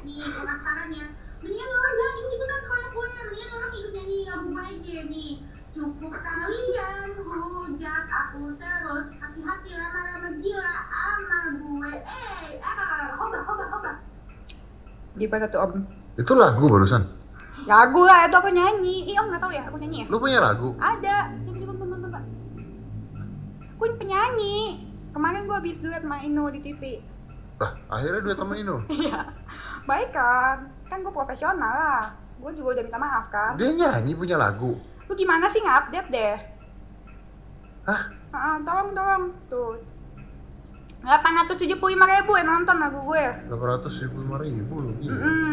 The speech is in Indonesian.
nih penasarannya. Mendingan orang jangan ikut-ikutan kalau gue, mendingan orang ikut nyanyi lagu gue aja nih. Cukup kalian hujat aku terus, hati-hati lama-lama gila sama gue. Hoba. Gimana tuh Om? Itu lagu barusan? Lagu lah, itu aku nyanyi. Ih Om gak tau ya, aku nyanyi ya? Lu punya lagu? Ada. Coba. Aku penyanyi. Kemarin gue habis duet sama Ino di TV. Akhirnya duet sama Ino? Iya. Baik kan? Kan gue profesional lah. Gue juga udah minta maaf kan? Dia nyanyi punya lagu? Lu gimana sih nge-update deh? Hah? Tolong. Tuh. 875.000 yang nonton lagu gue. 875.000 lu gila.